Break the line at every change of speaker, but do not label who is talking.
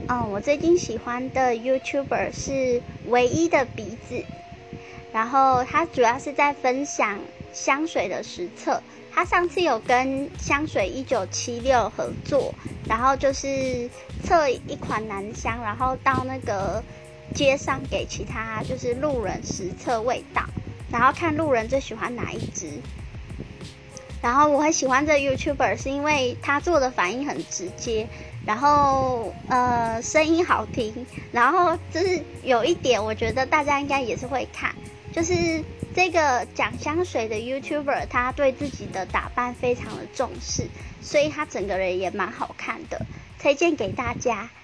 我最近喜欢的 YouTuber 是唯一的鼻子，然后他主要是在分享香水的实测。他上次有跟香水1976合作，然后就是测一款男香，然后到那个街上给其他就是路人实测味道，然后看路人最喜欢哪一支。然后我会喜欢这 YouTuber 是因为他做的反应很直接，然后声音好听，然后就是有一点我觉得大家应该也是会看，就是这个讲香水的 YouTuber 他对自己的打扮非常的重视，所以他整个人也蛮好看的，推荐给大家。